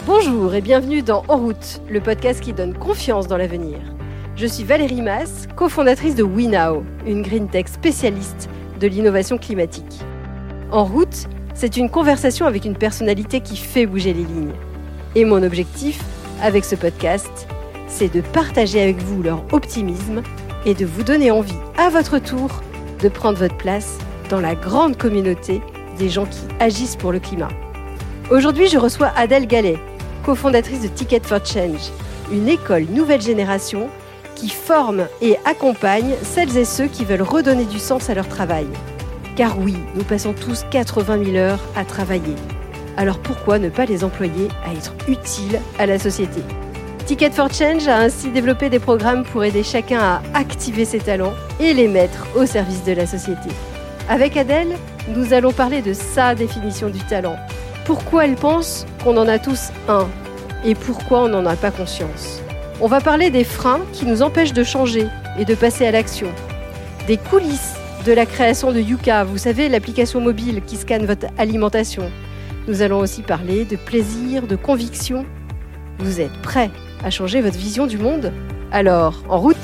Bonjour et bienvenue dans En route, le podcast qui donne confiance dans l'avenir. Je suis Valérie Mas, cofondatrice de WeNow, une green tech spécialiste de l'innovation climatique. En route, c'est une conversation avec une personnalité qui fait bouger les lignes. Et mon objectif, avec ce podcast, c'est de partager avec vous leur optimisme et de vous donner envie, à votre tour, de prendre votre place dans la grande communauté des gens qui agissent pour le climat. Aujourd'hui, je reçois Adèle Gallet, cofondatrice de Ticket for Change, une école nouvelle génération qui forme et accompagne celles et ceux qui veulent redonner du sens à leur travail. Car oui, nous passons tous 80 000 heures à travailler. Alors pourquoi ne pas les employer à être utiles à la société ? Ticket for Change a ainsi développé des programmes pour aider chacun à activer ses talents et les mettre au service de la société. Avec Adèle, nous allons parler de sa définition du talent. Pourquoi elle pense qu'on en a tous un et pourquoi on n'en a pas conscience. On va parler des freins qui nous empêchent de changer et de passer à l'action. Des coulisses de la création de Yuka, vous savez, l'application mobile qui scanne votre alimentation. Nous allons aussi parler de plaisir, de conviction. Vous êtes prêts à changer votre vision du monde ? Alors, en route !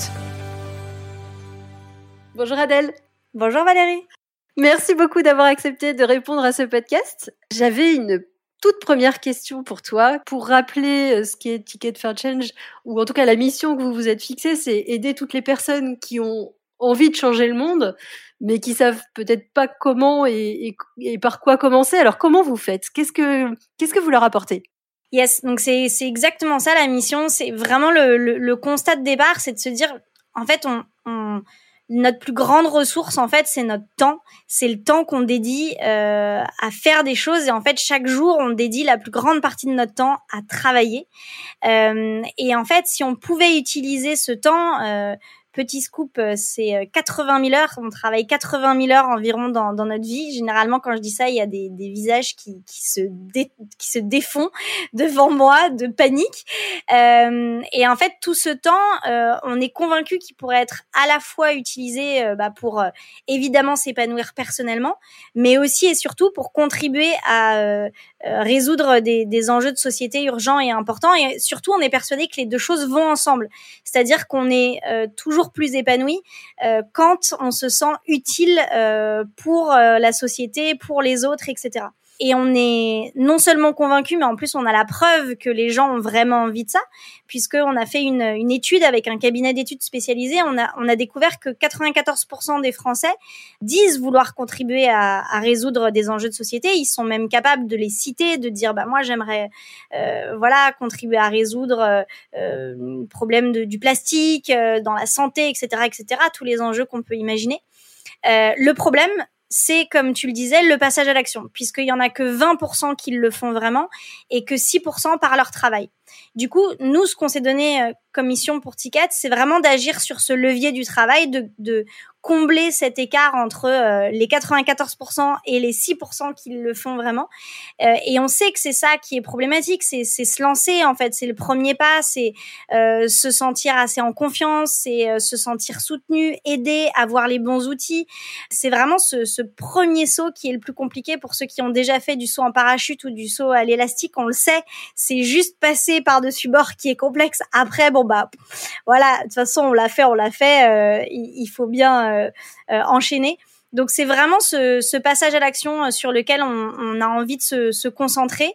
Bonjour Adèle. Bonjour Valérie. Merci beaucoup d'avoir accepté de répondre à ce podcast. J'avais une toute première question pour toi, pour rappeler ce qu'est Ticket for Change, ou en tout cas la mission que vous vous êtes fixée, c'est aider toutes les personnes qui ont envie de changer le monde, mais qui savent peut-être pas comment et par quoi commencer. Alors comment vous faites ? Qu'est-ce que vous leur apportez ? Yes, donc c'est exactement ça la mission. C'est vraiment le constat de départ, c'est de se dire, en fait, notre plus grande ressource, en fait, c'est notre temps. C'est le temps qu'on dédie à faire des choses. Et en fait, chaque jour, on dédie la plus grande partie de notre temps à travailler. Et en fait, si on pouvait utiliser ce temps, petit scoop, c'est 80 000 heures. On travaille 80 000 heures environ dans notre vie. Généralement, quand je dis ça, il y a des visages qui se défont devant moi de panique. Et en fait, tout ce temps, on est convaincu qu'il pourrait être à la fois utilisé pour évidemment s'épanouir personnellement, mais aussi et surtout pour contribuer à résoudre des enjeux de société urgents et importants. Et surtout, on est persuadé que les deux choses vont ensemble. C'est-à-dire qu'on est toujours plus épanoui quand on se sent utile pour la société, pour les autres, etc. Et on est non seulement convaincu, mais en plus on a la preuve que les gens ont vraiment envie de ça, puisqu'on a fait une étude avec un cabinet d'études spécialisé. On a découvert que 94% des Français disent vouloir contribuer à résoudre des enjeux de société. Ils sont même capables de les citer, de dire moi j'aimerais contribuer à résoudre le problème du plastique dans la santé, etc., tous les enjeux qu'on peut imaginer. Le problème, c'est, comme tu le disais, le passage à l'action, puisqu'il y en a que 20% qui le font vraiment et que 6% par leur travail. Du coup, nous, ce qu'on s'est donné comme mission pour Ticket, c'est vraiment d'agir sur ce levier du travail, de combler cet écart entre les 94% et les 6% qui le font vraiment. Et on sait que c'est ça qui est problématique, c'est se lancer, en fait, c'est le premier pas, c'est se sentir assez en confiance, c'est se sentir soutenu, aider, avoir les bons outils. C'est vraiment ce premier saut qui est le plus compliqué pour ceux qui ont déjà fait du saut en parachute ou du saut à l'élastique, on le sait, c'est juste passer par-dessus bord qui est complexe. Après, voilà, de toute façon, on l'a fait, il faut bien enchaîner. Donc c'est vraiment ce passage à l'action sur lequel on a envie de se concentrer.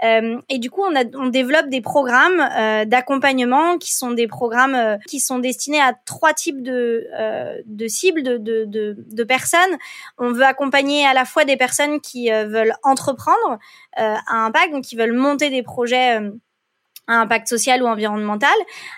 Et du coup, on développe des programmes d'accompagnement qui sont des programmes qui sont destinés à 3 types de cibles, de personnes. On veut accompagner à la fois des personnes qui veulent entreprendre à impact, donc qui veulent monter des projets à impact social ou environnemental.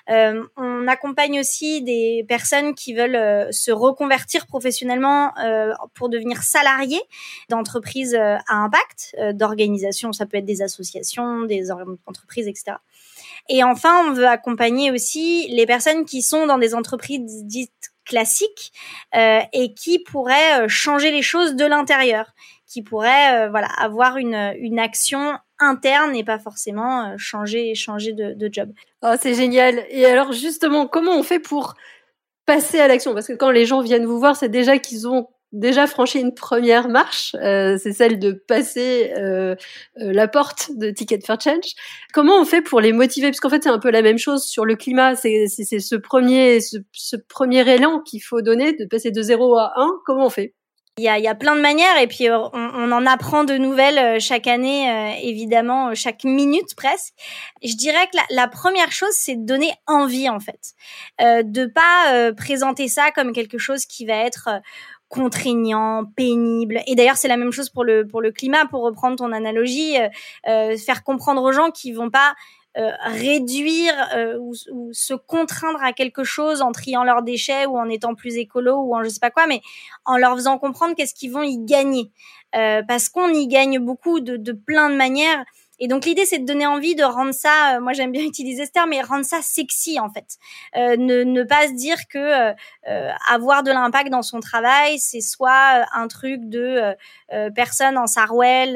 On accompagne aussi des personnes qui veulent se reconvertir professionnellement pour devenir salariés d'entreprises à impact, d'organisations, ça peut être des associations, des entreprises, etc. Et enfin, on veut accompagner aussi les personnes qui sont dans des entreprises dites classiques et qui pourraient changer les choses de l'intérieur, qui pourraient avoir une action interne et pas forcément changer de job. Oh, c'est génial. Et alors justement, comment on fait pour passer à l'action ? Parce que quand les gens viennent vous voir, c'est déjà qu'ils ont déjà franchi une première marche, c'est celle de passer la porte de Ticket for Change. Comment on fait pour les motiver? Parce qu'en fait, c'est un peu la même chose sur le climat. C'est ce premier élan qu'il faut donner, de passer de 0 à 1. Comment on fait? Il y a plein de manières et puis on en apprend de nouvelles chaque année, évidemment, chaque minute presque. Je dirais que la première chose, c'est de donner envie en fait, de pas présenter ça comme quelque chose qui va être contraignant, pénible. Et d'ailleurs, c'est la même chose pour le climat, pour reprendre ton analogie, faire comprendre aux gens qu'ils vont pas réduire ou se contraindre à quelque chose en triant leurs déchets ou en étant plus écolo ou en je sais pas quoi, mais en leur faisant comprendre qu'est-ce qu'ils vont y gagner. Parce qu'on y gagne beaucoup de plein de manières. Et donc l'idée, c'est de donner envie de rendre ça, moi j'aime bien utiliser ce terme, mais rendre ça sexy en fait. Ne pas se dire que avoir de l'impact dans son travail, c'est soit un truc de personne en Sarwell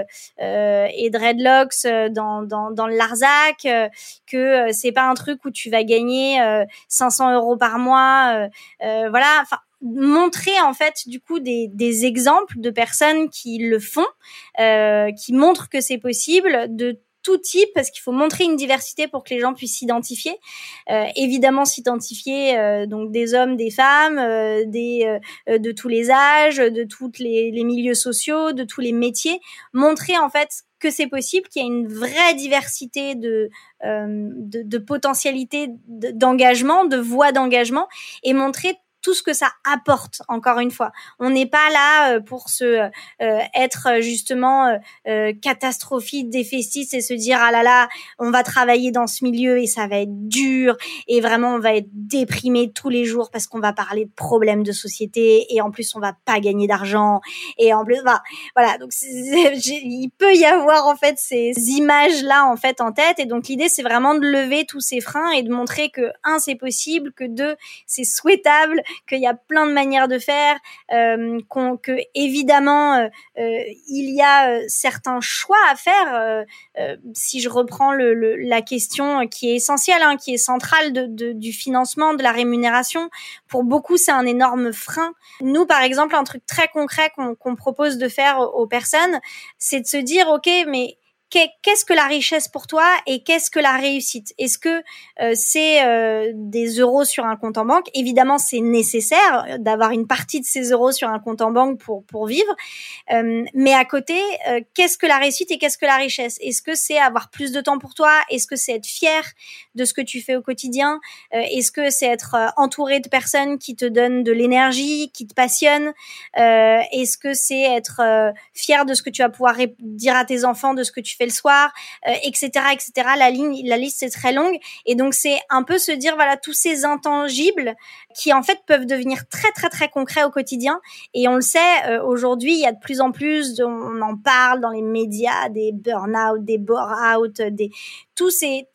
et dreadlocks dans le Larzac, que c'est pas un truc où tu vas gagner 500 € par mois. Voilà, enfin montrer en fait du coup des exemples de personnes qui le font, qui montrent que c'est possible, de tout type, parce qu'il faut montrer une diversité pour que les gens puissent s'identifier. Évidemment s'identifier donc des hommes, des femmes, de tous les âges, de tous les milieux sociaux, de tous les métiers. Montrer en fait que c'est possible, qu'il y a une vraie diversité de potentialités d'engagement, de voies d'engagement, et montrer tout ce que ça apporte. Encore une fois, on n'est pas là pour être justement catastrophique, défaitiste et se dire ah là là, on va travailler dans ce milieu et ça va être dur et vraiment on va être déprimé tous les jours parce qu'on va parler de problèmes de société et en plus on va pas gagner d'argent et en plus voilà, donc il peut y avoir en fait ces images là en fait en tête, et donc l'idée c'est vraiment de lever tous ces freins et de montrer que c'est possible, que c'est souhaitable, qu'il y a plein de manières de faire, que évidemment il y a certains choix à faire. Si je reprends la question qui est essentielle, qui est centrale du financement, de la rémunération, pour beaucoup c'est un énorme frein. Nous par exemple, un truc très concret qu'on propose de faire aux personnes, c'est de se dire ok, mais qu'est-ce que la richesse pour toi et qu'est-ce que la réussite? Est-ce que c'est des euros sur un compte en banque? Évidemment, c'est nécessaire d'avoir une partie de ces euros sur un compte en banque pour vivre. Mais à côté, qu'est-ce que la réussite et qu'est-ce que la richesse? Est-ce que c'est avoir plus de temps pour toi? Est-ce que c'est être fier de ce que tu fais au quotidien? Est-ce que c'est être entouré de personnes qui te donnent de l'énergie, qui te passionnent? Est-ce que c'est être fier de ce que tu vas pouvoir dire à tes enfants, de ce que tu fais le soir, etc., etc. La liste c'est très longue, et donc c'est un peu se dire voilà tous ces intangibles qui en fait peuvent devenir très très très concrets au quotidien. Et on le sait, aujourd'hui il y a de plus en plus, on en parle dans les médias, des burn-out, des bore-out, tous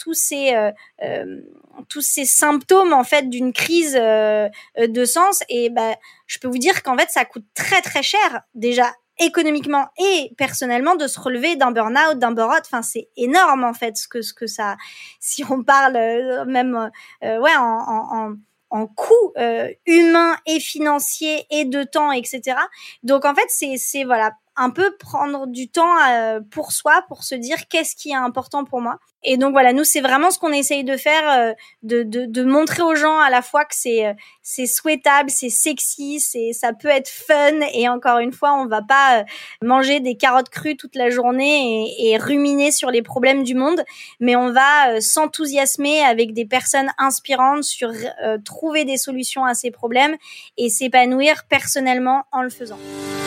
ces symptômes en fait d'une crise de sens. Et je peux vous dire qu'en fait ça coûte très très cher déjà, économiquement et personnellement, de se relever d'un burn-out, d'un bore-out. Enfin, c'est énorme en fait ce que ça, si on parle même en coût humain et financier et de temps, etc. Donc en fait, c'est voilà, un peu prendre du temps pour soi, pour se dire qu'est-ce qui est important pour moi. Et donc voilà, nous c'est vraiment ce qu'on essaye de faire, de montrer aux gens à la fois que c'est souhaitable, c'est sexy, ça peut être fun, et encore une fois, on va pas manger des carottes crues toute la journée et ruminer sur les problèmes du monde, mais on va s'enthousiasmer avec des personnes inspirantes sur trouver des solutions à ces problèmes et s'épanouir personnellement en le faisant.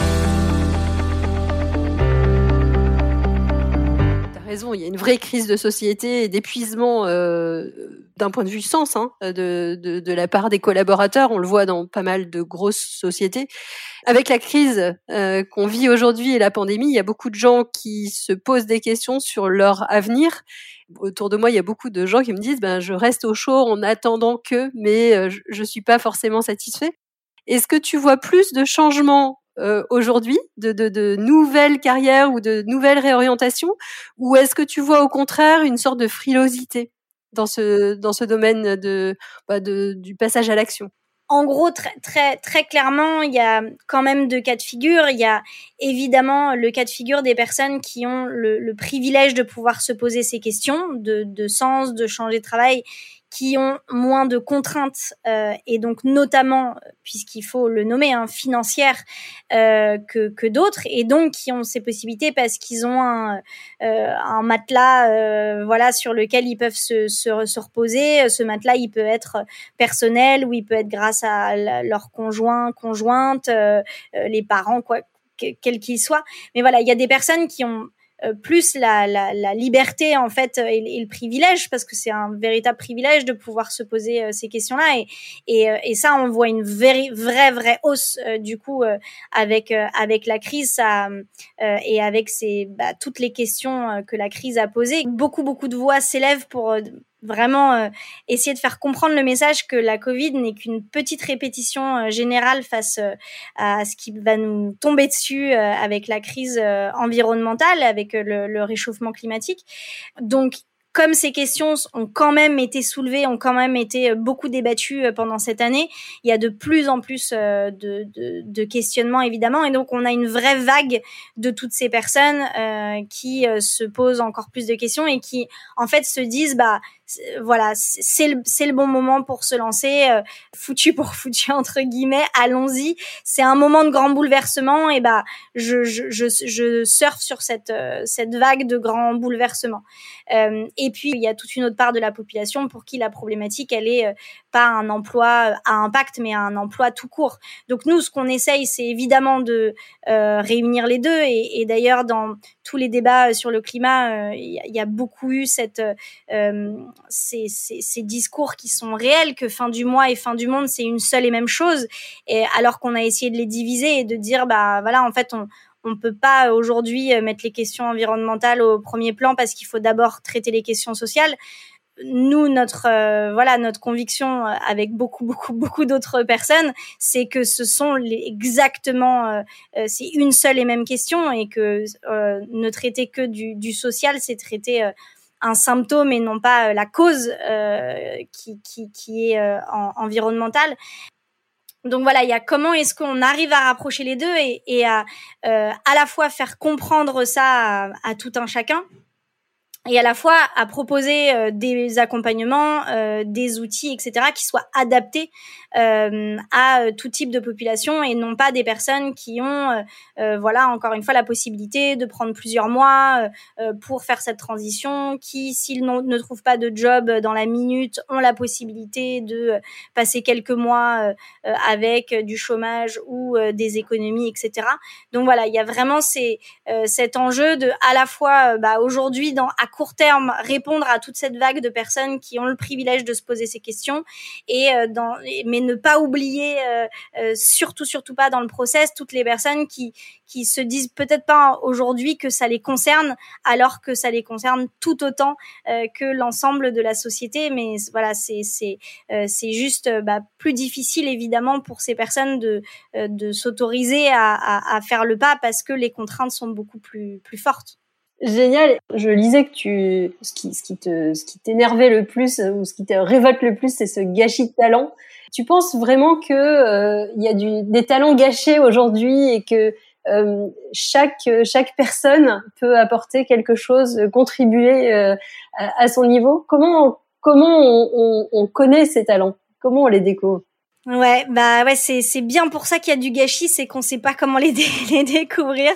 Il y a une vraie crise de société et d'épuisement d'un point de vue sens de la part des collaborateurs. On le voit dans pas mal de grosses sociétés. Avec la crise qu'on vit aujourd'hui et la pandémie, il y a beaucoup de gens qui se posent des questions sur leur avenir. Autour de moi, il y a beaucoup de gens qui me disent je reste au chaud en attendant mais je suis pas forcément satisfait. Est-ce que tu vois plus de changements aujourd'hui, de nouvelles carrières ou de nouvelles réorientations, ou est-ce que tu vois au contraire une sorte de frilosité dans ce domaine du passage à l'action? En gros, très, très, très clairement, il y a quand même 2 cas de figure. Il y a évidemment le cas de figure des personnes qui ont le privilège de pouvoir se poser ces questions de sens, de changer de travail, qui ont moins de contraintes et donc notamment, puisqu'il faut le nommer, financières que d'autres, et donc qui ont ces possibilités parce qu'ils ont un matelas voilà sur lequel ils peuvent se reposer. Ce matelas, il peut être personnel ou il peut être grâce à leur conjointe, les parents, quoi, quel qu'il soit. Mais voilà, il y a des personnes qui ont plus la liberté en fait et le privilège, parce que c'est un véritable privilège de pouvoir se poser ces questions-là, et ça, on voit une vraie hausse du coup avec la crise, ça et avec toutes les questions que la crise a posées. Beaucoup de voix s'élèvent pour vraiment essayer de faire comprendre le message que la Covid n'est qu'une petite répétition générale face à ce qui va nous tomber dessus avec la crise environnementale, avec le réchauffement climatique. Donc, comme ces questions ont quand même été soulevées, ont quand même été beaucoup débattues pendant cette année, il y a de plus en plus de questionnements, évidemment, et donc on a une vraie vague de toutes ces personnes qui se posent encore plus de questions et qui, en fait, se disent, voilà, c'est le bon moment pour se lancer, foutu pour foutu entre guillemets, allons-y. C'est un moment de grand bouleversement, et je surfe sur cette vague de grands bouleversements. Et puis il y a toute une autre part de la population pour qui la problématique, elle est pas un emploi à impact, mais un emploi tout court. Donc nous, ce qu'on essaye, c'est évidemment de réunir les deux, et d'ailleurs dans tous les débats sur le climat, il y a beaucoup eu ces discours qui sont réels, que fin du mois et fin du monde, c'est une seule et même chose, et alors qu'on a essayé de les diviser et de dire, voilà, en fait, on peut pas aujourd'hui mettre les questions environnementales au premier plan parce qu'il faut d'abord traiter les questions sociales. Nous, notre conviction avec beaucoup d'autres personnes, c'est que ce sont exactement, c'est une seule et même question, et que ne traiter que du social, c'est traiter un symptôme et non pas la cause qui est environnementale. Donc voilà, il y a comment est-ce qu'on arrive à rapprocher les deux et à la fois faire comprendre ça à tout un chacun, et à la fois à proposer des accompagnements, des outils, etc., qui soient adaptés à tout type de population, et non pas des personnes qui ont, voilà, encore une fois, la possibilité de prendre plusieurs mois pour faire cette transition, qui, s'ils ne trouvent pas de job dans la minute, ont la possibilité de passer quelques mois avec du chômage ou des économies, etc. Donc voilà, il y a vraiment cet enjeu de, à la fois, aujourd'hui, à court terme, répondre à toute cette vague de personnes qui ont le privilège de se poser ces questions, mais ne pas oublier, surtout pas dans le process, toutes les personnes qui se disent peut-être pas aujourd'hui que ça les concerne, alors que ça les concerne tout autant que l'ensemble de la société. Mais voilà, c'est juste plus difficile, évidemment, pour ces personnes de s'autoriser à faire le pas, parce que les contraintes sont beaucoup plus fortes. Génial. Je lisais que ce qui t'énervait le plus, ou ce qui te révolte le plus, c'est ce gâchis de talent. Tu penses vraiment que il y a des talents gâchés aujourd'hui, et que chaque personne peut apporter quelque chose, contribuer à son niveau? Comment on connaît ces talents? Comment on les découvre? Ouais, c'est bien pour ça qu'il y a du gâchis, c'est qu'on sait pas comment les découvrir.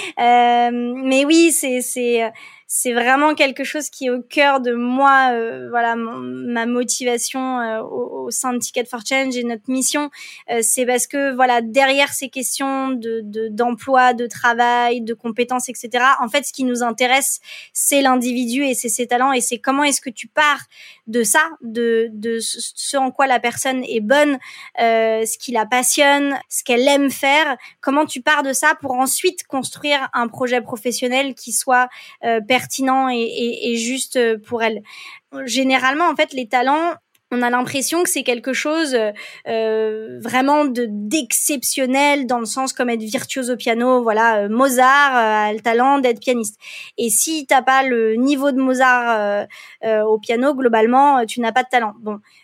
Mais oui, c'est vraiment quelque chose qui est au cœur de moi, voilà, ma motivation au sein de Ticket for Change et notre mission. C'est parce que, voilà, derrière ces questions d'emploi, de travail, de compétences, etc., en fait, ce qui nous intéresse, c'est l'individu et c'est ses talents, et c'est comment est-ce que tu pars de ça, de ce en quoi la personne est bonne, ce qui la passionne, ce qu'elle aime faire, comment tu pars de ça pour ensuite construire un projet professionnel qui soit pertinent et juste pour elle. Généralement, en fait, les talents, on a l'impression que c'est quelque chose vraiment d'exceptionnel, dans le sens comme être virtuose au piano. Voilà, Mozart a le talent d'être pianiste. Et si t'as pas le niveau de Mozart au piano, globalement, tu n'as pas de talent. Bon,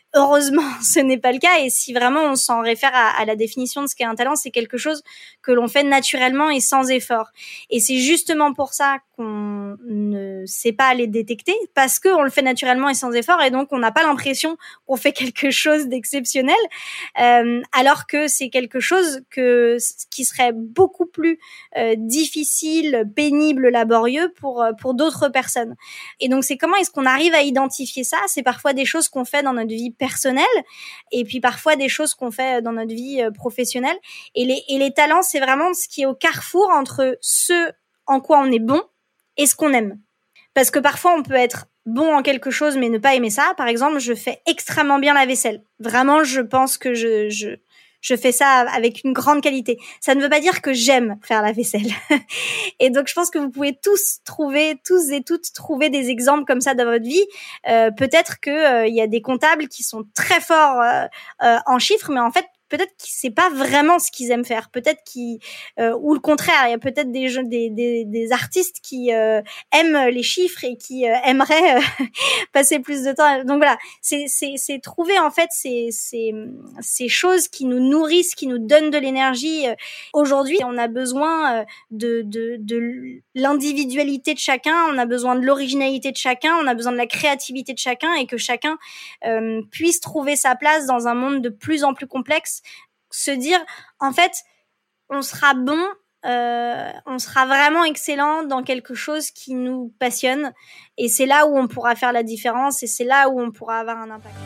Heureusement, ce n'est pas le cas. Et si vraiment on s'en réfère à la définition de ce qu'est un talent, c'est quelque chose que l'on fait naturellement et sans effort. Et c'est justement pour ça qu'on ne sait pas les détecter, parce qu'on le fait naturellement et sans effort, et donc on n'a pas l'impression qu'on fait quelque chose d'exceptionnel, alors que c'est quelque chose qui serait beaucoup plus difficile, pénible, laborieux pour d'autres personnes. Et donc c'est comment est-ce qu'on arrive à identifier ça? C'est parfois des choses qu'on fait dans notre vie personnelle, et puis parfois des choses qu'on fait dans notre vie professionnelle. Et les talents, c'est vraiment ce qui est au carrefour entre ce en quoi on est bon et ce qu'on aime. Parce que parfois on peut être bon en quelque chose mais ne pas aimer ça. Par exemple, je fais extrêmement bien la vaisselle. Vraiment, je pense que je fais ça avec une grande qualité. Ça ne veut pas dire que j'aime faire la vaisselle. Et donc, je pense que vous pouvez tous et toutes trouver des exemples comme ça dans votre vie. Peut-être que y a des comptables qui sont très forts en chiffres, mais en fait, peut-être que c'est pas vraiment ce qu'ils aiment faire. Peut-être ou le contraire. Il y a peut-être des artistes qui aiment les chiffres et qui aimeraient passer plus de temps. Donc voilà, c'est trouver en fait ces choses qui nous nourrissent, qui nous donnent de l'énergie. Aujourd'hui, on a besoin de l'individualité de chacun, on a besoin de l'originalité de chacun, on a besoin de la créativité de chacun, et que chacun puisse trouver sa place dans un monde de plus en plus complexe. Se dire, en fait, on sera bon, on sera vraiment excellent dans quelque chose qui nous passionne, et c'est là où on pourra faire la différence, et c'est là où on pourra avoir un impact.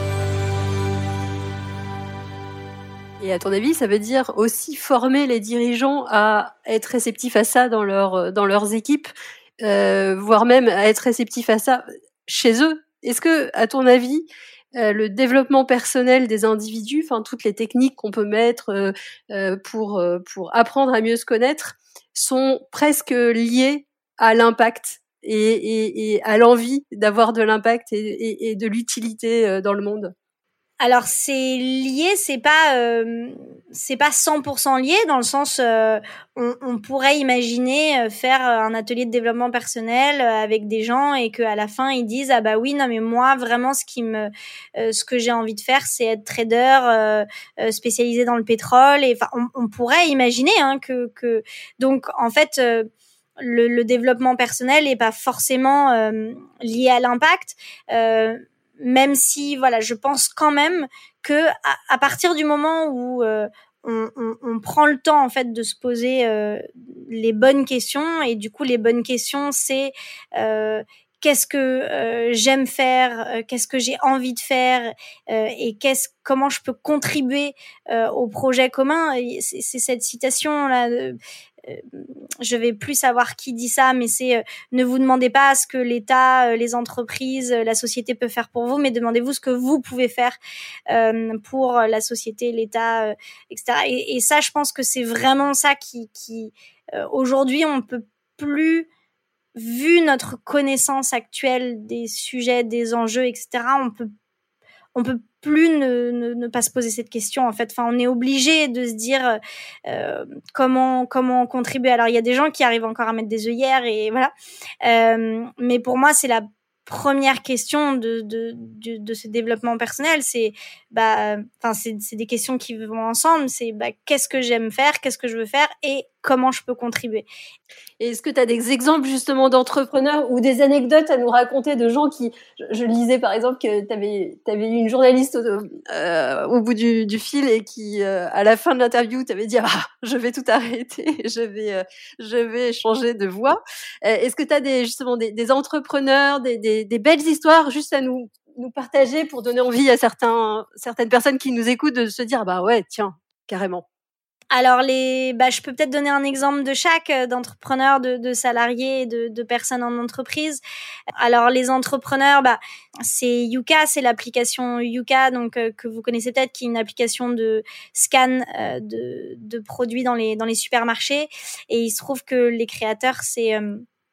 Et à ton avis, ça veut dire aussi former les dirigeants à être réceptifs à ça dans leurs équipes, voire même à être réceptifs à ça chez eux? Est-ce que, à ton avis, le développement personnel des individus, enfin toutes les techniques qu'on peut mettre pour apprendre à mieux se connaître, sont presque liées à l'impact et à l'envie d'avoir de l'impact et de l'utilité dans le monde? Alors c'est lié, c'est pas 100% lié, dans le sens on pourrait imaginer faire un atelier de développement personnel avec des gens, et que à la fin ils disent ah bah oui, non mais moi vraiment ce que j'ai envie de faire, c'est être trader spécialisé dans le pétrole. Et enfin on pourrait imaginer que donc en fait le développement personnel est pas forcément lié à l'impact. Même si, voilà, je pense quand même que à partir du moment où on prend le temps en fait de se poser les bonnes questions, et du coup les bonnes questions c'est qu'est-ce que j'aime faire, qu'est-ce que j'ai envie de faire, et comment je peux contribuer au projet commun. Et c'est cette citation là. Je vais plus savoir qui dit ça, mais c'est ne vous demandez pas ce que l'État, les entreprises, la société peut faire pour vous, mais demandez-vous ce que vous pouvez faire pour la société, l'État, etc. Et ça, je pense que c'est vraiment ça qui aujourd'hui, on peut plus, vu notre connaissance actuelle des sujets, des enjeux, etc., on peut plus ne pas se poser cette question, en fait. Enfin, on est obligé de se dire comment contribuer. Alors, il y a des gens qui arrivent encore à mettre des œillères, et voilà. Mais pour moi, c'est la première question de ce développement personnel. C'est c'est des questions qui vont ensemble. C'est qu'est-ce que j'aime faire, qu'est-ce que je veux faire, et comment je peux contribuer. Et est-ce que tu as des exemples justement d'entrepreneurs ou des anecdotes à nous raconter de gens qui... Je lisais par exemple que tu avais eu une journaliste au bout du fil, et qui, à la fin de l'interview, t'avait dit je vais tout arrêter, je vais changer de voie. Est-ce que tu as justement des entrepreneurs, des belles histoires juste à nous partager pour donner envie à certaines personnes qui nous écoutent de se dire ouais, tiens, carrément. Alors je peux peut-être donner un exemple de chaque, d'entrepreneurs, de salariés, de personnes en entreprise. Alors les entrepreneurs, c'est Yuka, c'est l'application Yuka, donc que vous connaissez peut-être, qui est une application de scan de produits dans les supermarchés. Et il se trouve que les créateurs, c'est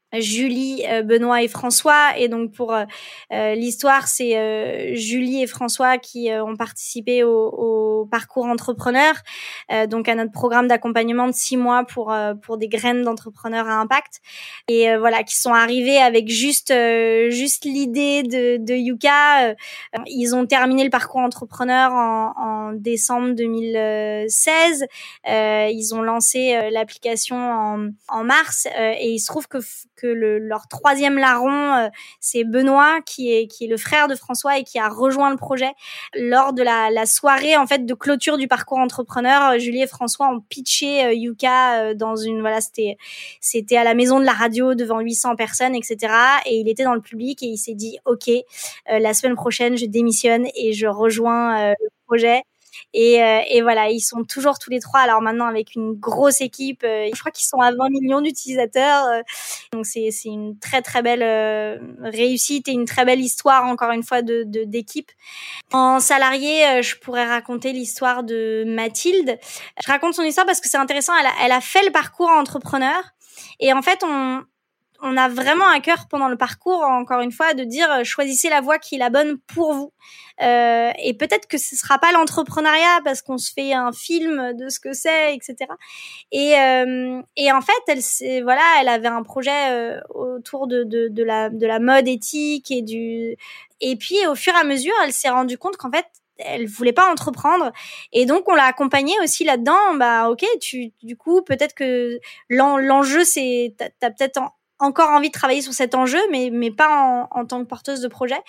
Julie, Benoît et François. Et donc pour l'histoire, c'est Julie et François qui ont participé au parcours entrepreneur, donc à notre programme d'accompagnement de 6 mois pour des graines d'entrepreneurs à impact. Et voilà, qui sont arrivés avec juste l'idée de Yuka. Ils ont terminé le parcours entrepreneur en décembre 2016. Ils ont lancé l'application en mars, et il se trouve que leur 3e larron, c'est Benoît, qui est le frère de François et qui a rejoint le projet lors de la soirée en fait de clôture du parcours entrepreneur. Julie et François ont pitché Yuka dans c'était à la maison de la radio devant 800 personnes, etc. Et il était dans le public et il s'est dit ok, la semaine prochaine je démissionne et je rejoins le projet. Et voilà, ils sont toujours tous les 3. Alors maintenant avec une grosse équipe, je crois qu'ils sont à 20 millions d'utilisateurs. Donc c'est une très très belle réussite et une très belle histoire encore une fois d'équipe. En salarié, je pourrais raconter l'histoire de Mathilde. Je raconte son histoire parce que c'est intéressant. Elle a fait le parcours entrepreneur et en fait on a vraiment à cœur pendant le parcours, encore une fois, de dire choisissez la voie qui est la bonne pour vous. Et peut-être que ce sera pas l'entrepreneuriat parce qu'on se fait un film de ce que c'est, etc. Et en fait, elle avait un projet autour de la mode éthique et puis au fur et à mesure, elle s'est rendue compte qu'en fait elle voulait pas entreprendre et donc on l'a accompagnée aussi là-dedans. Bah ok, du coup peut-être que l'enjeu c'est t'as peut-être encore envie de travailler sur cet enjeu, mais pas en tant que porteuse de projet.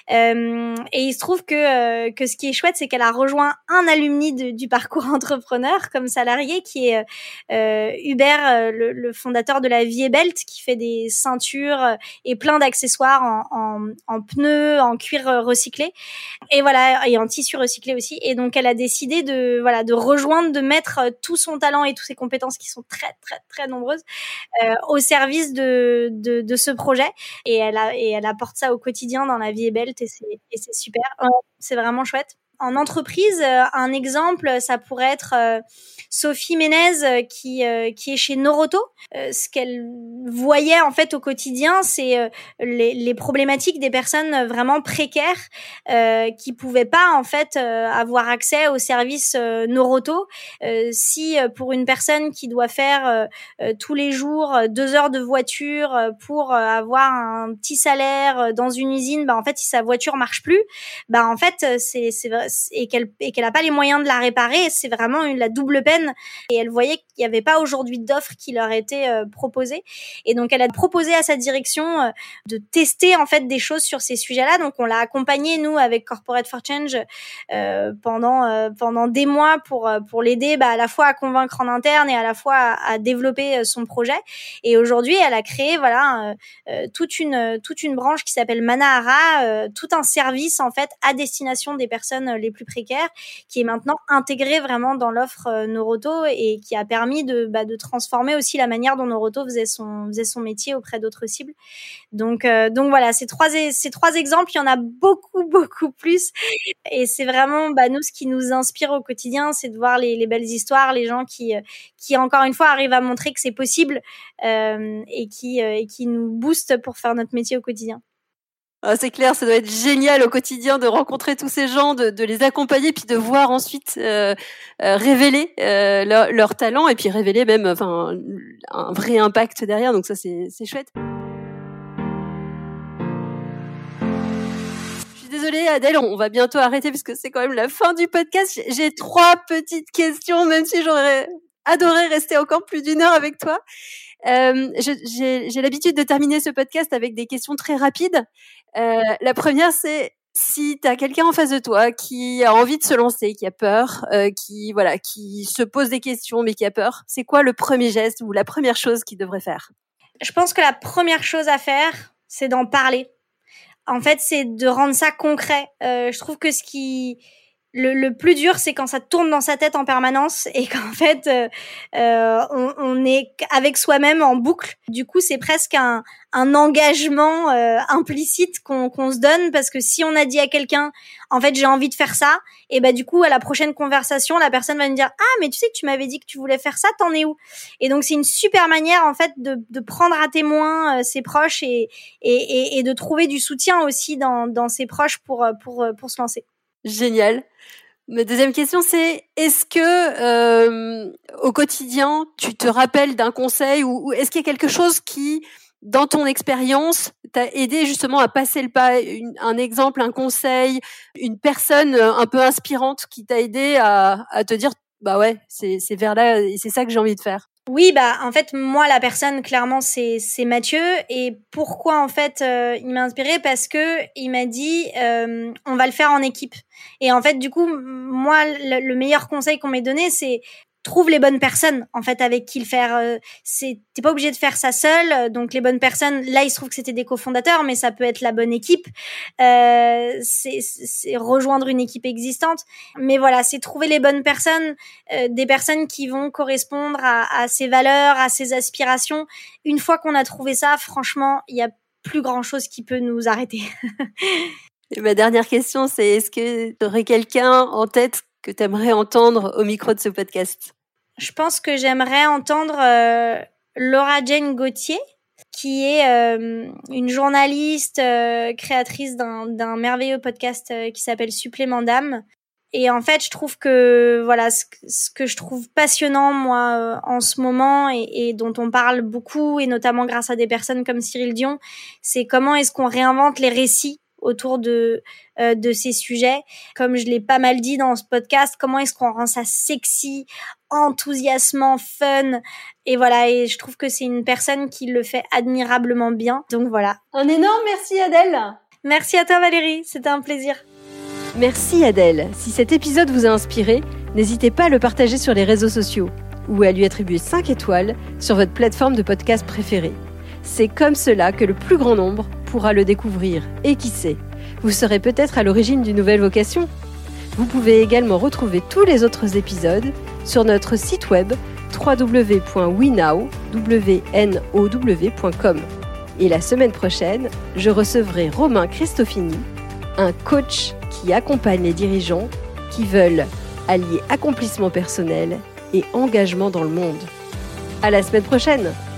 Et il se trouve que ce qui est chouette, c'est qu'elle a rejoint un alumni du parcours entrepreneur comme salarié, qui est Hubert, le fondateur de la Vie et Belt, qui fait des ceintures et plein d'accessoires en pneus, en cuir recyclé, et voilà, et en tissu recyclé aussi. Et donc elle a décidé de rejoindre, de mettre tout son talent et toutes ses compétences qui sont très très très nombreuses au service de ce projet, et elle apporte ça au quotidien dans la Vie et Belt, et c'est super. C'est vraiment chouette. En entreprise, un exemple, ça pourrait être Sophie Ménez qui est chez Noroto. Ce qu'elle voyait en fait au quotidien, c'est les problématiques des personnes vraiment précaires qui pouvaient pas en fait avoir accès aux services Noroto. Si pour une personne qui doit faire tous les jours 2 heures de voiture pour avoir un petit salaire dans une usine, bah en fait si sa voiture marche plus, bah en fait et qu'elle a pas les moyens de la réparer, c'est vraiment la double peine. Et elle voyait qu'il y avait pas aujourd'hui d'offres qui leur étaient proposées, et donc elle a proposé à sa direction de tester en fait des choses sur ces sujets-là. Donc on l'a accompagnée nous avec Corporate for Change pendant des mois pour l'aider à la fois à convaincre en interne et à la fois à développer son projet. Et aujourd'hui elle a créé toute une branche qui s'appelle Manahara, tout un service en fait à destination des personnes les plus précaires, qui est maintenant intégré vraiment dans l'offre Noroto, et qui a permis de transformer aussi la manière dont Noroto faisait son métier auprès d'autres cibles. Donc voilà, ces trois exemples, il y en a beaucoup plus, et c'est vraiment nous ce qui nous inspire au quotidien, c'est de voir les belles histoires, les gens qui encore une fois arrivent à montrer que c'est possible, et qui nous boostent pour faire notre métier au quotidien. Ah, c'est clair, ça doit être génial au quotidien de rencontrer tous ces gens, de les accompagner, puis de voir ensuite révéler leur talent, et puis révéler même un vrai impact derrière. Donc ça, c'est chouette. Je suis désolée Adèle, on va bientôt arrêter parce que c'est quand même la fin du podcast. J'ai 3 petites questions, même si j'aurais adoré rester encore plus d'1 heure avec toi. J'ai l'habitude de terminer ce podcast avec des questions très rapides. La première, c'est si tu as quelqu'un en face de toi qui a envie de se lancer, qui a peur, qui se pose des questions mais qui a peur, c'est quoi le premier geste ou la première chose qu'il devrait faire? Je pense que la première chose à faire, c'est d'en parler. En fait, c'est de rendre ça concret. Je trouve que ce qui Le plus dur, c'est quand ça tourne dans sa tête en permanence et qu'en fait, on est avec soi-même en boucle. Du coup, c'est presque un engagement implicite qu'on se donne, parce que si on a dit à quelqu'un, en fait, j'ai envie de faire ça, et du coup, à la prochaine conversation, la personne va me dire, ah, mais tu sais que tu m'avais dit que tu voulais faire ça, t'en es où? Et donc, c'est une super manière, en fait, de prendre à témoin ses proches et de trouver du soutien aussi dans ses proches pour se lancer. Génial. Ma deuxième question, c'est est-ce que au quotidien, tu te rappelles d'un conseil ou est-ce qu'il y a quelque chose qui, dans ton expérience, t'a aidé justement à passer le pas, un exemple, un conseil, une personne un peu inspirante qui t'a aidé à te dire bah ouais, c'est vers là et c'est ça que j'ai envie de faire? Oui, en fait, moi, la personne, clairement, c'est Mathieu. Et pourquoi, en fait, il m'a inspirée? Parce que il m'a dit, on va le faire en équipe. Et en fait, du coup, moi, le meilleur conseil qu'on m'ait donné, c'est trouve les bonnes personnes, en fait, avec qui le faire. T'es pas obligé de faire ça seul. Donc, les bonnes personnes, là, il se trouve que c'était des cofondateurs, mais ça peut être la bonne équipe. C'est rejoindre une équipe existante. Mais voilà, c'est trouver les bonnes personnes, des personnes qui vont correspondre à ses valeurs, à ses aspirations. Une fois qu'on a trouvé ça, franchement, il y a plus grand chose qui peut nous arrêter. Et ma dernière question, c'est est-ce que tu aurais quelqu'un en tête que tu aimerais entendre au micro de ce podcast? Je pense que j'aimerais entendre Laura Jane Gauthier, qui est une journaliste créatrice d'un merveilleux podcast qui s'appelle Supplément d'âme. Et en fait, je trouve que voilà, ce que je trouve passionnant moi en ce moment et dont on parle beaucoup, et notamment grâce à des personnes comme Cyril Dion, c'est comment est-ce qu'on réinvente les récits autour de ces sujets. Comme je l'ai pas mal dit dans ce podcast, comment est-ce qu'on rend ça sexy, enthousiasmant, fun, et voilà, et je trouve que c'est une personne qui le fait admirablement bien. Donc voilà. Un énorme merci Adèle. Merci à toi Valérie, c'était un plaisir. Merci Adèle. Si cet épisode vous a inspiré, n'hésitez pas à le partager sur les réseaux sociaux ou à lui attribuer 5 étoiles sur votre plateforme de podcast préférée. C'est comme cela que le plus grand nombre pourra le découvrir. Et qui sait, vous serez peut-être à l'origine d'une nouvelle vocation. Vous pouvez également retrouver tous les autres épisodes sur notre site web www.winow.com. Et la semaine prochaine, je recevrai Romain Cristofini, un coach qui accompagne les dirigeants qui veulent allier accomplissement personnel et engagement dans le monde. À la semaine prochaine!